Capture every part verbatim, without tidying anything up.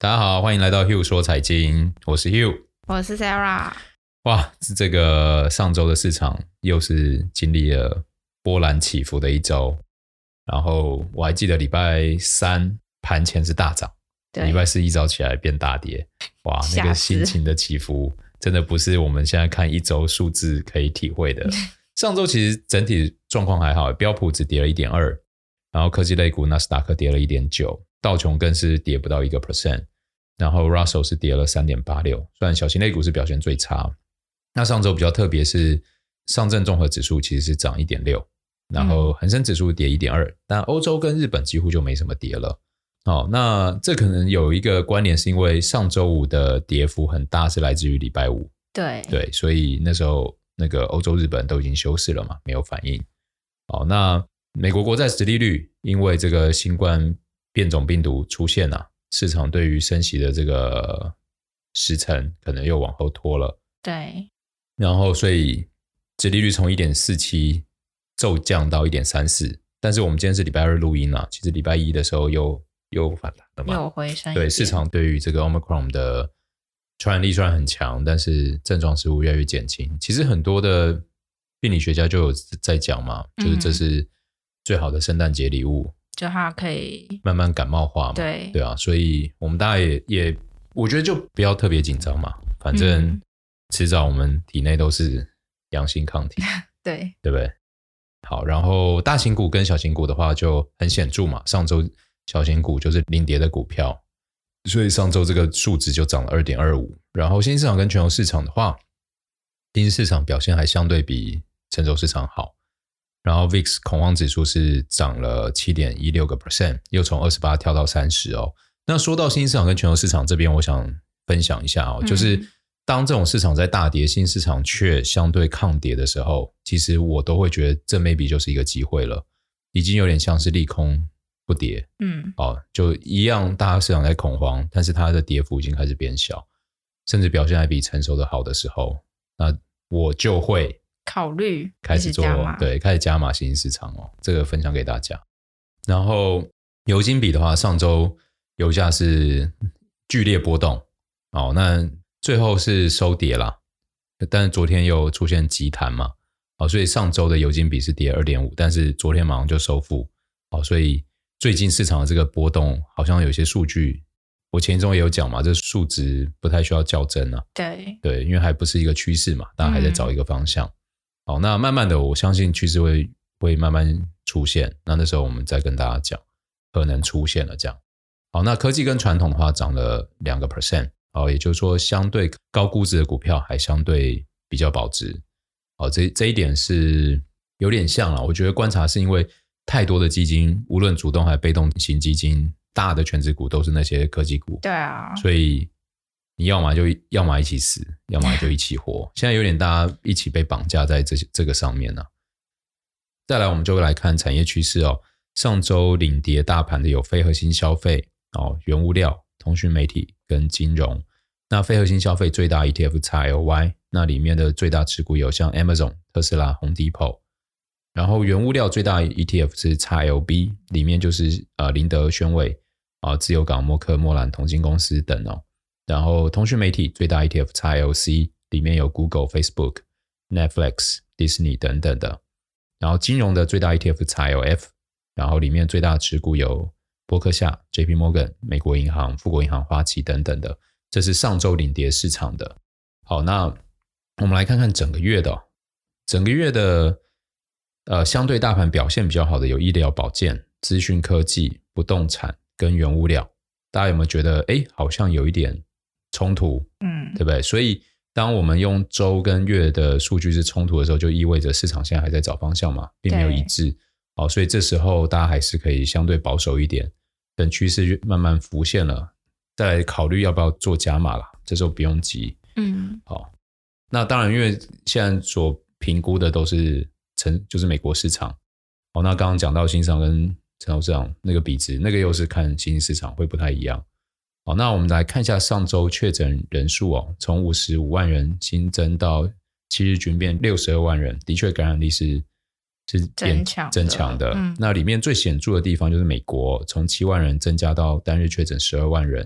大家好，欢迎来到 Hugh 说财经，我是 Hugh， 我是 Sarah。 哇，这个上周的市场又是经历了波澜起伏的一周，然后我还记得礼拜三盘前是大涨，礼拜四一早起来变大跌，哇，那个心情的起伏真的不是我们现在看一周数字可以体会的。上周其实整体状况还好，标普只跌了 一点二， 然后科技类股纳斯达克跌了 一点九， 道琼更是跌不到 百分之一， 然后 Russell 是跌了 三点八六， 虽然小型类股是表现最差。那上周比较特别是上证综合指数其实是涨 一点六， 然后恒生指数跌 一点二， 但欧洲跟日本几乎就没什么跌了。哦，那这可能有一个关联是因为上周五的跌幅很大是来自于礼拜五， 对对，所以那时候那个欧洲日本都已经休市了嘛，没有反应。哦，那美国国债殖利率因为这个新冠变种病毒出现啊，市场对于升息的这个时程可能又往后拖了， 对， 然后所以殖利率从 一点四七 骤降到 一点三四， 但是我们今天是礼拜二录音啊，其实礼拜一的时候又又反弹了嘛， 又回升一点。 对，市场对于这个 Omicron 的传染力虽然很强，但是症状似乎越来越减轻。其实很多的病理学家就有在讲嘛，就是这是最好的圣诞节礼物， 就它可以慢慢感冒化嘛， 对对啊，所以我们大家也也我觉得就不要特别紧张嘛，反正迟早我们体内都是阳性抗体， 对对不对？好，然后大型股跟小型股的话就很显著嘛，上周小型股就是领跌的股票，所以上周这个数值就涨了 二点二五， 然后新兴市场跟全球市场的话，新兴市场表现还相对比成熟市场好，然后 V I X 恐慌指数是涨了 七点一六 百分点， 又从二十八跳到三十哦。那说到新兴市场跟全球市场这边，我想分享一下哦，就是当这种市场在大跌，新市场却相对抗跌的时候，其实我都会觉得这 maybe 就是一个机会了，已经有点像是利空不跌，嗯，哦，就一样大家市场在恐慌，但是它的跌幅已经开始变小，甚至表现还比成熟的好的时候，那我就会考虑开始做，对，开始加码新兴市场哦，这个分享给大家。然后油金比的话，上周油价是剧烈波动，哦，那最后是收跌啦，但是昨天又出现急弹嘛，哦，所以上周的油金比是跌 二点五， 但是昨天马上就收复，哦，所以最近市场的这个波动好像有些数据，我前一周也有讲嘛，这数值不太需要校正啊， 对对，因为还不是一个趋势嘛，大家还在找一个方向。嗯，好，那慢慢的我相信趋势会会慢慢出现，那那时候我们再跟大家讲可能出现了这样。好，那科技跟传统的话涨了 百分之二， 哦，也就是说相对高估值的股票还相对比较保值，哦，这这一点是有点像啦，我觉得观察是因为太多的基金无论主动还是被动型基金大的全指股都是那些科技股， 对啊， 所以你要么就要么一起死，要么就一起活现在有点大家一起被绑架在 这, 这个上面、啊、再来我们就来看产业趋势哦。上周领跌大盘的有非核心消费、哦、原物料、通讯媒体跟金融。那非核心消费最大 E T F X L Y， 那里面的最大持股有像 Amazon、 特斯拉、Home Depot。然后原物料最大 E T F 是 X L B， 里面就是呃林德、宣伟、啊、自由港、默克、莫兰、同金公司等哦。然后通讯媒体最大 E T F X L C， 里面有 Google、Facebook、Netflix、Disney 等等的。然后金融的最大 E T F X L F， 然后里面最大持股有波克夏、J P Morgan、美国银行、富国银行、花旗等等的。这是上周领跌市场的。好，那我们来看看整个月的、哦、整个月的呃，相对大盘表现比较好的有医疗保健、资讯科技、不动产跟原物料。大家有没有觉得诶好像有一点冲突，嗯，对不对？所以当我们用周跟月的数据是冲突的时候，就意味着市场现在还在找方向嘛，并没有一致。好，所以这时候大家还是可以相对保守一点，等趋势慢慢浮现了再来考虑要不要做加码啦，这时候不用急。嗯，好，那当然因为现在所评估的都是成就是美国市场。好，那刚刚讲到新市场跟成熟市场那个比值，那个又是看新兴市场会不太一样。好，那我们来看一下上周确诊人数哦，从五十五万人新增到七日均变六十二万人，的确感染力是是增强的增强的、 嗯、 那里面最显著的地方就是美国从七万人增加到单日确诊十二万人，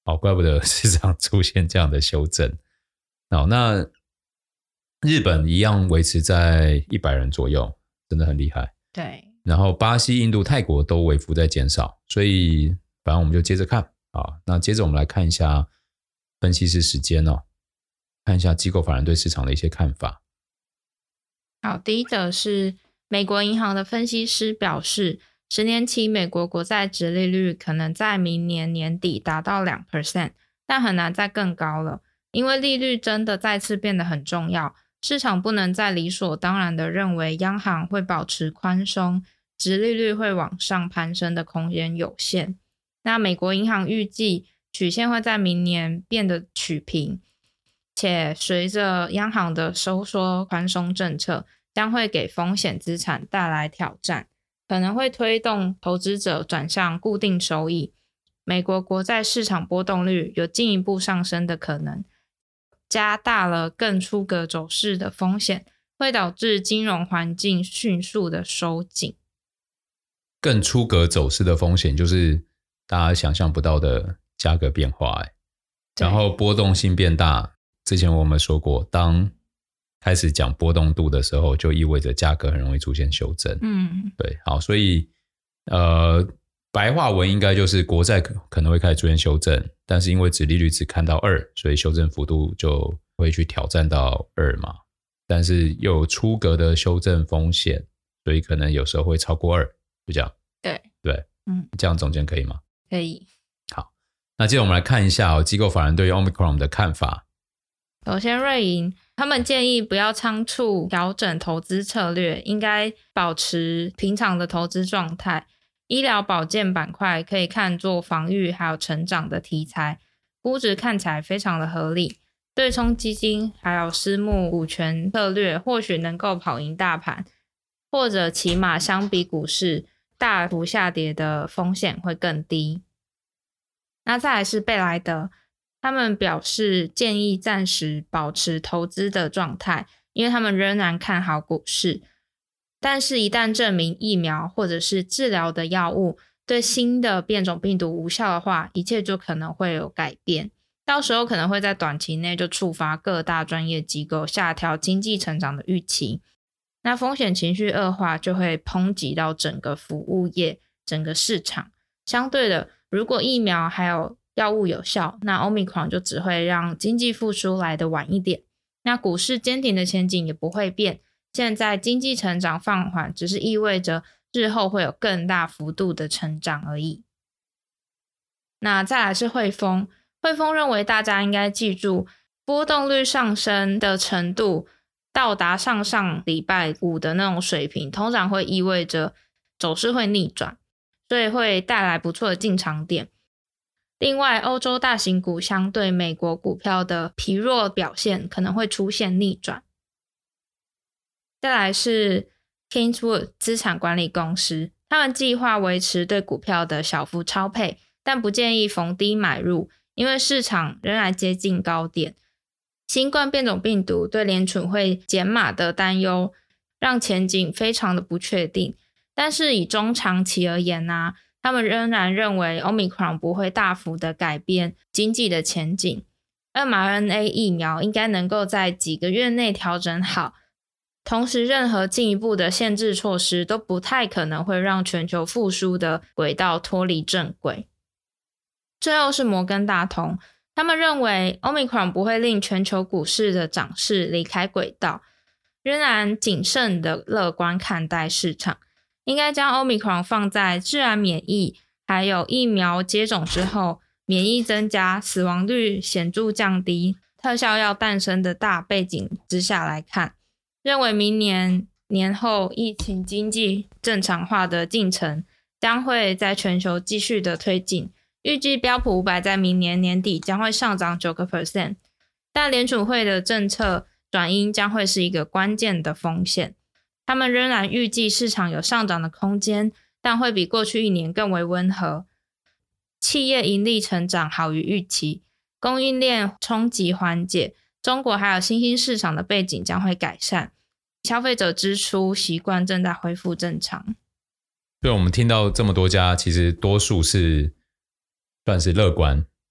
好，怪不得市场出现这样的修正。好，那日本一样维持在一百人左右，真的很厉害。 对， 然后巴西、印度、泰国都微幅在减少，所以反正我们就接着看啊。那接着我们来看一下分析师时间哦，看一下机构法人对市场的一些看法。 好，第一则是美国银行的分析师表示，十年期美国国债殖利率可能在明年年底达到 百分之二， 但很难再更高了，因为利率真的再次变得很重要，市场不能再理所当然的认为央行会保持宽松，殖利率会往上攀升的空间有限。那美国银行预计曲线会在明年变得曲平，且随着央行的收缩宽松政策，将会给风险资产带来挑战，可能会推动投资者转向固定收益。美国国债市场波动率有进一步上升的可能，加大了更出格走势的风险，会导致金融环境迅速的收紧。 更出格走势的风险就是大家想象不到的价格变化、欸、然后波动性变大。之前我们说过，当开始讲波动度的时候，就意味着价格很容易出现修正。 嗯， 对，好，所以呃，白话文应该就是国债可能会开始出现修正，但是因为殖利率只看到二，所以修正幅度就会去挑战到二嘛。但是又有出格的修正风险，所以可能有时候会超过二，就这样。 对对， 嗯， 这样总监可以吗？ 可以。 好，那接着我们来看一下、哦、机构法人对于 Omicron 的看法。 首先，瑞银他们建议不要仓促调整投资策略，应该保持平常的投资状态。医疗保健板块可以看作防御还有成长的题材，估值看起来非常的合理。对冲基金还有私募股权策略或许能够跑赢大盘，或者起码相比股市大幅下跌的风险会更低。那再来是贝莱德，他们表示建议暂时保持投资的状态，因为他们仍然看好股市。但是一旦证明疫苗或者是治疗的药物对新的变种病毒无效的话，一切就可能会有改变。到时候可能会在短期内就触发各大专业机构下调经济成长的预期。那风险情绪恶化就会抨击到整个服务业、整个市场。相对的，如果疫苗还有药物有效，那 Omicron 就只会让经济复苏来得晚一点。那股市坚挺的前景也不会变，现在经济成长放缓只是意味着日后会有更大幅度的成长而已。那再来是汇丰，汇丰认为大家应该记住，波动率上升的程度到达上上礼拜五的那种水平，通常会意味着走势会逆转，所以会带来不错的进场点。另外，欧洲大型股相对美国股票的疲弱表现可能会出现逆转。再来是 Kingswood 资产管理公司，他们计划维持对股票的小幅超配，但不建议逢低买入，因为市场仍然接近高点。新冠变种病毒对联储会减码的担忧，让前景非常的不确定。但是以中长期而言啊，他们仍然认为 Omicron 不会大幅的改变经济的前景。M R N A 疫苗应该能够在几个月内调整好，同时任何进一步的限制措施都不太可能会让全球复苏的轨道脱离正轨。最后是摩根大通，他们认为 Omicron 不会令全球股市的涨势离开轨道，仍然谨慎的乐观看待市场，应该将 Omicron 放在自然免疫还有疫苗接种之后，免疫增加、死亡率显著降低、特效药诞生的大背景之下来看，认为明年年后疫情经济正常化的进程将会在全球继续的推进，预计标普五百在明年年底将会上涨 百分之九， 但联储会的政策转鹰将会是一个关键的风险。他们仍然预计市场有上涨的空间，但会比过去一年更为温和。企业盈利成长好于预期，供应链冲击缓解，中国还有新兴市场的背景将会改善，消费者支出习惯正在恢复正常。 所以我们听到这么多家，其实多数是算是乐观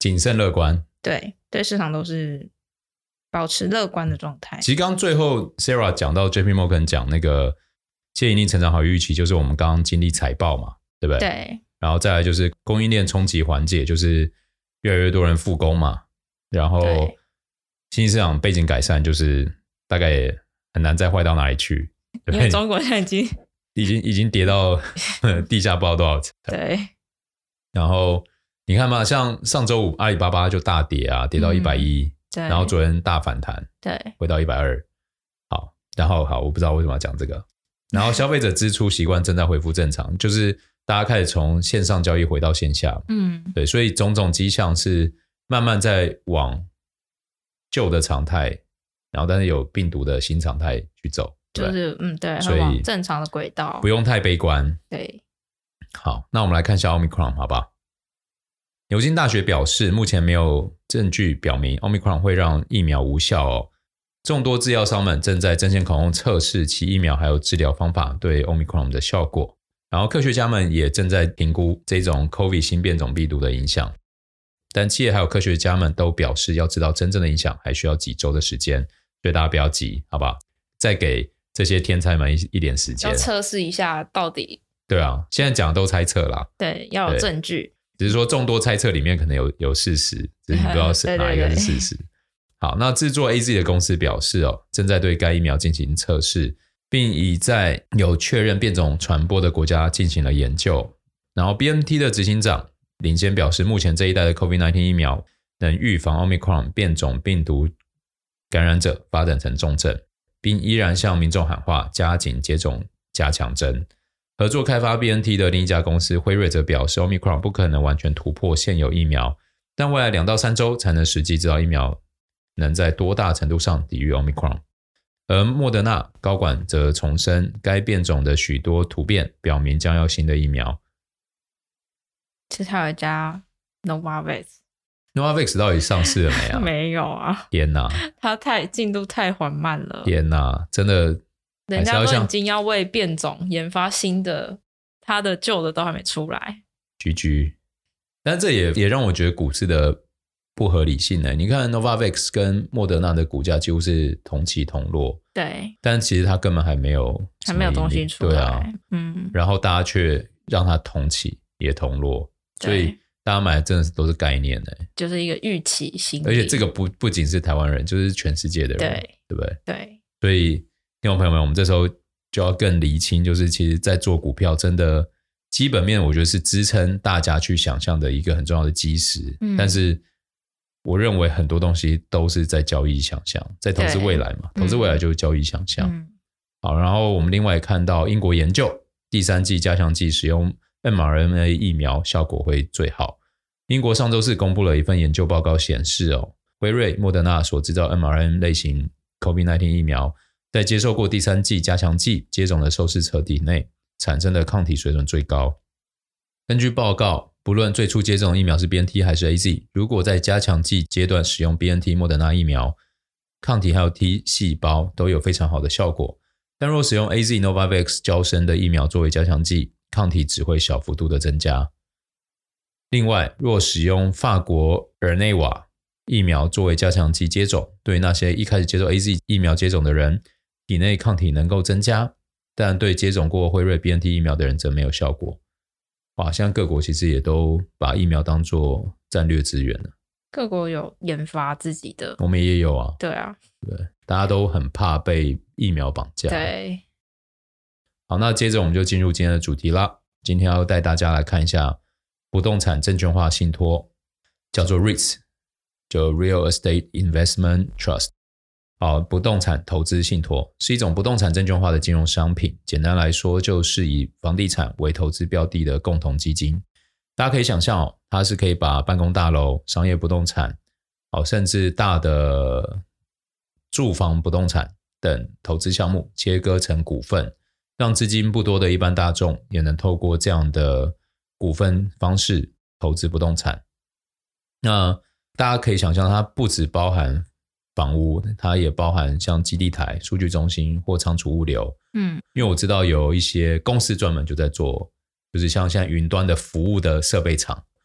谨慎乐观。 对，对市场都是保持乐观的状态。 其实刚刚最后 Sarah 讲到 J P Morgan 讲那个企业盈利成长好于预期，就是我们刚刚经历财报嘛，对不对？ 对。 然后再来就是供应链冲击缓解，就是越来越多人复工嘛，然后新兴市场背景改善，就是大概也很难再坏到哪里去。 因为中国现在已经已经已经跌到地下不知道多少层。 对。 然后你看嘛，像上周五阿里巴巴就大跌啊，跌到一百一十，然后昨天大反弹， 对， 回到一百二十。好，然后好，我不知道为什么要讲这个。然后消费者支出习惯正在恢复正常，就是大家开始从线上交易回到线下。 嗯， 对，所以种种迹象是慢慢在往旧的常态，然后但是有病毒的新常态去走。 就是嗯，对， 所以往正常的轨道， 不用太悲观。 对， 好，那我们来看一下 Omicron 好不好？牛津大学表示，目前没有证据表明 Omicron 会让疫苗无效哦。众多制药商们正在争先恐后测试其疫苗还有治疗方法对 Omicron 的效果，然后科学家们也正在评估这种 COVID 新变种病毒的影响。但企业还有科学家们都表示，要知道真正的影响还需要几周的时间，所以大家不要急，好不好？再给这些天才们 一, 一点时间， 要测试一下到底。 对啊，现在讲的都猜测啦。 对，要有证据。 只是说众多猜测里面可能有有事实，只是你不知道是哪一个是事实。对对对，好，那制作 A Z 的公司表示哦，正在对该疫苗进行测试，并已在有确认变种传播的国家进行了研究。然后 B N T 的执行长领先表示，目前这一代的 COVID 十九 疫苗能预防 Omicron 变种病毒感染者发展成重症，并依然向民众喊话加紧接种加强针。合作开发 B N T 的另一家公司辉瑞则表示， Omicron 不可能完全突破现有疫苗，但未来两到三周才能实际知道疫苗能在多大程度上抵御 Omicron。 而莫德纳高管则重申，该变种的许多突变表明将要新的疫苗。 其实还有一家 Novavax Novavax 到底上市了没啊？ 没有啊！ 天哪， 它太进度太缓慢了。 天哪，真的， 人家都已经要为变种研发新的，它的旧的都还没出来。 G G， 但这也也让我觉得股市的不合理性呢。你看 Novavax 跟莫德纳的股价几乎是同起同落， 对， 但其实它根本还没有还没有东西出来， 对啊， 嗯， 然后大家却让它同起也同落，所以大家买的真的都是概念呢， 就是一个预期心理。 而且这个不不仅是台湾人，就是全世界的人， 对， 对不对？ 对， 所以听众朋友们，我们这时候就要更厘清，就是其实在做股票真的基本面我觉得是支撑大家去想象的一个很重要的基石，嗯，但是我认为很多东西都是在交易想象，在投资未来嘛，投资未来就是交易想象，嗯，好，然后我们另外也看到英国研究第三剂加强剂使用 M R N A 疫苗效果会最好。英国上周四公布了一份研究报告显示哦，辉瑞、莫德纳所制造 M R N A 类型 COVID 十九 疫苗在接受过第三剂加强剂接种的受试者体内产生的抗体水准最高。根据报告，不论最初接种的疫苗是 B N T 还是 A Z， 如果在加强剂阶段使用 B N T 莫德纳疫苗，抗体还有 T 细胞都有非常好的效果。但若使用 A Z Novavax 胶生的疫苗作为加强剂，抗体只会小幅度的增加。另外，若使用法国尔内瓦疫苗作为加强剂接种，对那些一开始接受 A Z 疫苗接种的人，体内抗体能够增加，但对接种过辉瑞 B N T 疫苗的人则没有效果。哇，现在各国其实也都把疫苗当作战略资源了。 各国有研发自己的， 我们也有啊。 对啊， 对，大家都很怕被疫苗绑架。 对。 好，那接着我们就进入今天的主题啦。今天要带大家来看一下不动产证券化信托，叫做 R E I T S， 就 Real Estate Investment Trust。好，不动产投资信托是一种不动产证券化的金融商品，简单来说就是以房地产为投资标的的共同基金。大家可以想象哦，它是可以把办公大楼、商业不动产，甚至大的住房不动产等投资项目切割成股份，让资金不多的一般大众也能透过这样的股份方式投资不动产。那大家可以想象，它不只包含房屋，它也包含像基地台、数据中心或仓储物流。嗯，因为我知道有一些公司专门就在做，就是像现在云端的服务的设备厂，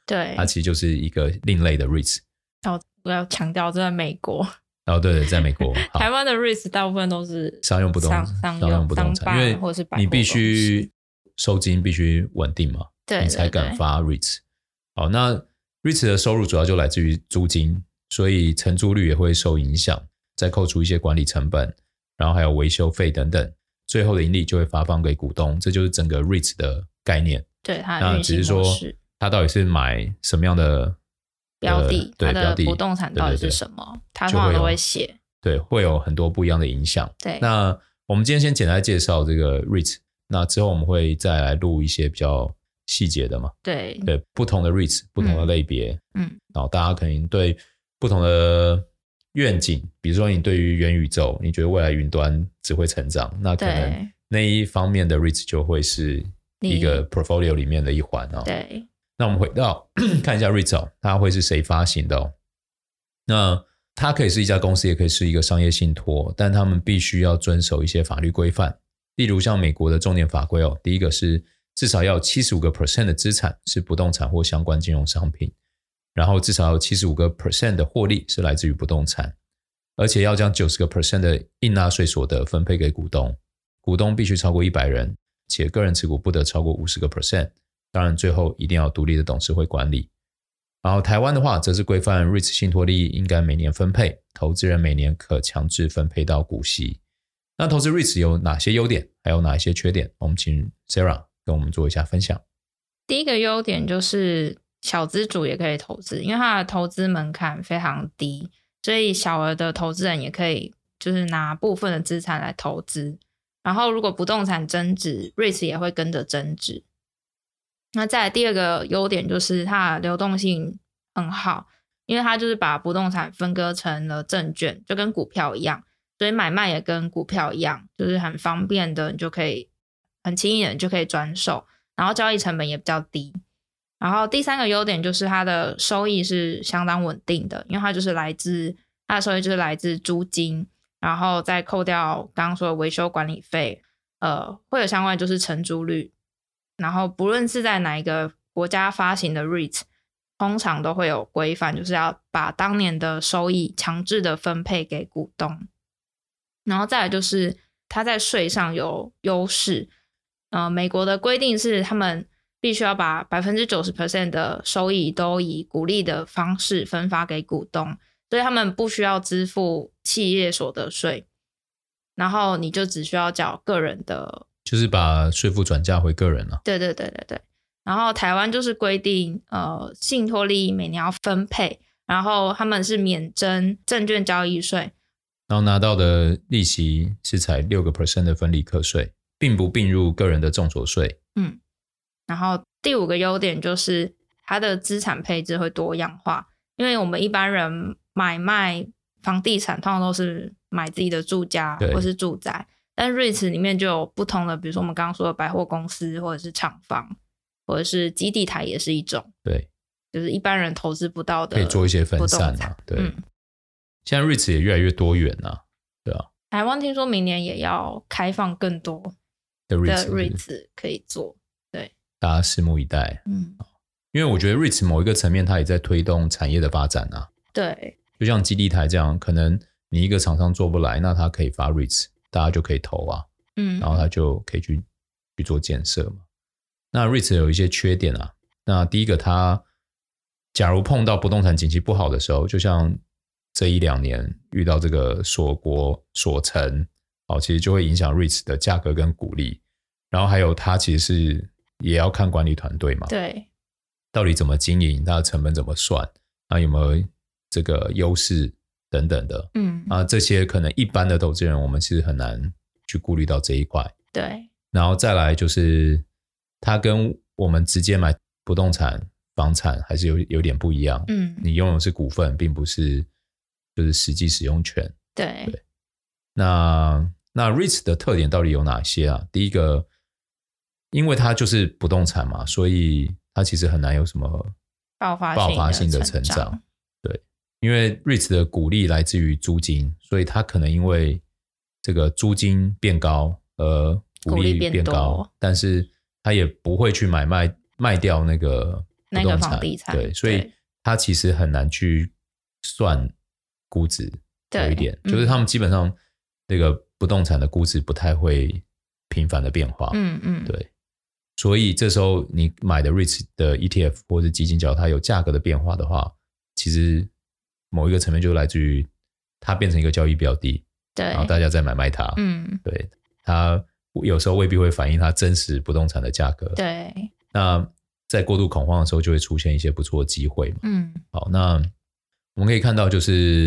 对， 它其实就是一个另类的 REITs。 哦，我要强调，这在美国。 哦，对对，在美国， 台湾的 REITs 大部分都是商用不动商商用不动产，因为或是百货你必须收金必须稳定嘛， 对， 你才敢发 REITs。好，那 REITs 的收入主要就来自于租金，所以承租率也会受影响，再扣除一些管理成本，然后还有维修费等等，最后的盈利就会发放给股东，这就是整个 REITs 的概念。 对，它的运行模式。那只是说它到底是买什么样的标的， 呃、对， 它的不动产到底是什么，对对对，它通常都会写。 对，会有很多不一样的影响。 对， 那我们今天先简单介绍这个 REITs， 那之后我们会再来录一些比较细节的嘛。 对， 对，不同的 REITs， 不同的类别， 嗯， 然后大家可能对不同的愿景，比如说你对于元宇宙，你觉得未来云端只会成长，那可能那一方面的 REITs 就会是一个 portfolio 里面的一环哦。 对， 那我们回到看一下 REITs 哦，它会是谁发行的哦？那它可以是一家公司，也可以是一个商业信托，但他们必须要遵守一些法律规范，例如像美国的重点法规哦，第一个是至少要有 百分之七十五 的资产是不动产或相关金融商品，然后至少要有 百分之七十五 的获利是来自于不动产，而且要将 百分之九十 的应纳税所得分配给股东，股东必须超过一百人，且个人持股不得超过 百分之五十， 当然最后一定要有独立的董事会管理。然后台湾的话则是规范 REITs 信托利益应该每年分配，投资人每年可强制分配到股息。那投资 REITs 有哪些优点，还有哪一些缺点，我们请 Sarah 跟我们做一下分享。 第一个优点就是小资主也可以投资，因为它的投资门槛非常低，所以小额的投资人也可以就是拿部分的资产来投资，然后如果不动产增值 REITs 也会跟着增值。那再来第二个优点就是它的流动性很好，因为它就是把不动产分割成了证券，就跟股票一样，所以买卖也跟股票一样，就是很方便的，你就可以很轻易的你就可以转手，然后交易成本也比较低。然后第三个优点就是它的收益是相当稳定的，因为它就是来自它的收益就是来自租金，然后再扣掉刚刚说的维修管理费，呃，会有相关的就是承租率。然后不论是在哪一个国家发行的 REITs， 通常都会有规范，就是要把当年的收益强制的分配给股东。然后再来就是它在税上有优势，呃，美国的规定是他们必须要把 百分之九十 的收益都以股利的方式分发给股东，所以他们不需要支付企业所得税，然后你就只需要缴个人的， 就是把税负转嫁回个人了。 对对对对对。然后台湾就是规定呃，信托利益每年要分配，然后他们是免征证券交易税， 然后拿到的利息是采 百分之六 的分离课税，并不并入个人的综所税。 嗯，然后第五个优点就是它的资产配置会多样化，因为我们一般人买卖房地产通常都是买自己的住家或是住宅，但 REITs 里面就有不同的，比如说我们刚刚说的百货公司或者是厂房或者是基地台也是一种， 对， 就是一般人投资不到的， 可以做一些分散啊。对、嗯，现在 REITs 也越来越多元啊，对啊。 台湾听说明年也要开放更多的 REITs 可以做，对， 大家拭目以待。 嗯， 因为我觉得 REITs 某一个层面它也在推动产业的发展啊。 对， 就像基地台这样，可能你一个厂商做不来，那它可以发 REITs， 大家就可以投啊， 嗯， 然后它就可以去去做建设嘛。那 REITs 有一些缺点啊，那第一个，它假如碰到不动产景气不好的时候，就像这一两年遇到这个锁国锁城，哦，其实就会影响 REITs 的价格跟股利。然后还有它其实是也要看管理团队嘛， 对， 到底怎么经营，它的成本怎么算，那有没有这个优势等等的， 嗯， 啊，这些可能一般的投资人我们是很难去顾虑到这一块。 对， 然后再来就是它跟我们直接买不动产房产还是有有点不一样， 嗯， 你拥有的是股份，并不是就是实际使用权。 对， 对，那那 REITs 的特点到底有哪些啊？第一个，因为它就是不动产嘛，所以它其实很难有什么爆发爆发性的成长。对，因为 REITs 的股利来自于租金，所以它可能因为这个租金变高而股利变高，但是它也不会去买卖卖掉那个那个房地产， 对，所以它其实很难去算估值，有一点就是他们基本上那个不动产的估值不太会频繁的变化， 嗯嗯， 对，所以这时候你买的 REITs 的 E T F 或者基金，只要它有价格的变化的话，其实某一个层面就来自于它变成一个交易标的， 对， 然后大家在买卖它， 嗯， 对，它有时候未必会反映它真实不动产的价格， 对， 那在过度恐慌的时候就会出现一些不错的机会嘛， 嗯， 好，那我们可以看到就是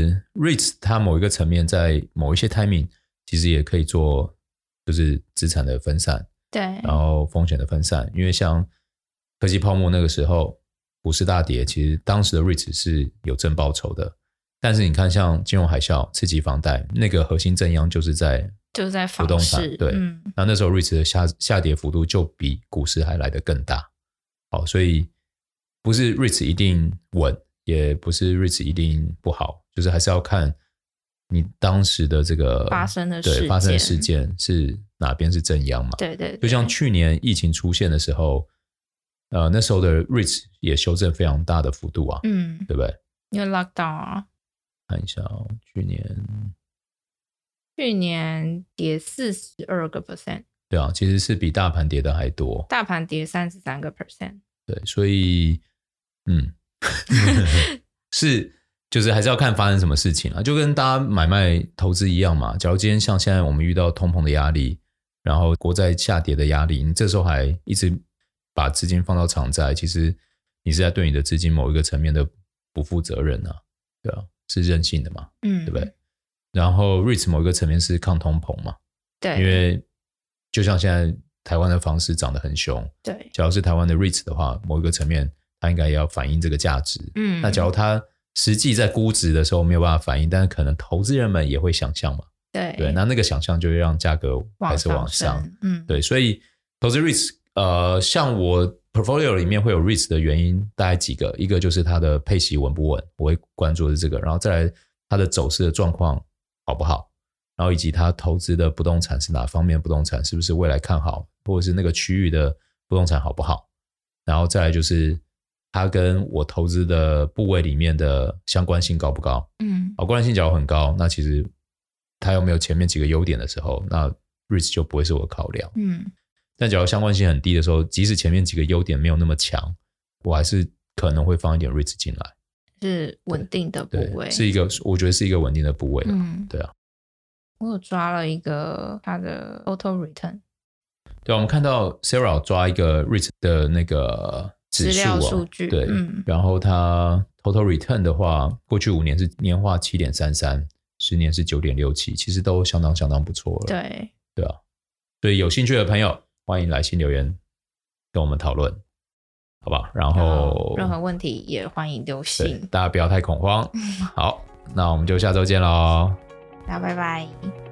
REITs 它某一个层面在某一些 timing 其实也可以做就是资产的分散， 对， 然后风险的分散，因为像科技泡沫那个时候股市大跌，其实当时的 REITs 是有正报酬的，但是你看像金融海啸刺激房贷，那个核心正央就是在就是在不动产，对， 嗯， 那那时候 REITs 的 下, 下跌幅度就比股市还来得更大，好，所以不是 REITs 一定稳，也不是 REITs 一定不好，就是还是要看你当时的这个发生的事件， 对发生的事件是哪边是正央嘛？ 对对对， 就像去年疫情出现的时候，呃，那时候的 REITs 也修正非常大的幅度啊， 嗯， 对不对？ 因为 lockdown 啊， 看一下哦，去年去年跌四十二个 percent， 对啊，其实是比大盘跌的还多， 大盘跌三十三个 percent， 对，所以嗯，是。就是还是要看发生什么事情啊，就跟大家买卖投资一样嘛。假如今天像现在我们遇到通膨的压力，然后国债下跌的压力，你这时候还一直把资金放到长债，其实你是在对你的资金某一个层面的不负责任啊，对啊，是任性的嘛，嗯，对不对？然后 REITs 某一个层面是抗通膨嘛， 对， 因为就像现在台湾的房市涨得很凶， 对， 假如是台湾的 REITs 的话，某一个层面它应该也要反映这个价值，嗯，那假如它实际在估值的时候没有办法反映，但是可能投资人们也会想象嘛， 对对，那那个想象就会让价格开始往上， 往上嗯， 对，所以投资 REITs， 呃，像我 portfolio 里面会有 REITs 的原因大概几个，一个就是它的配息稳不稳，我会关注的是这个，然后再来它的走势的状况好不好，然后以及它投资的不动产是哪方面的不动产，是不是未来看好，或者是那个区域的不动产好不好，然后再来就是它跟我投资的部位里面的相关性高不高？嗯，哦，关联性假如很高，那其实它有没有前面几个优点的时候，那 REITs 就不会是我的考量。嗯，但假如相关性很低的时候，即使前面几个优点没有那么强，我还是可能会放一点 REITs 进来， 是稳定的部位， 是一个我觉得是一个稳定的部位。嗯，对啊。 我有抓了一个它的 total return。 对啊，我们看到 Sarah 抓一个 REITs 的那个指数、哦、 数据， 对、嗯，然后它 total return 的话，过去五年是年化 七点三三， 十年是 九点六七， 其实都相当相当不错了。 对对啊，所以有兴趣的朋友欢迎来信留言跟我们讨论，好吧？然后任何问题也欢迎留信， 大家不要太恐慌。好，那我们就下周见咯， 大家拜拜。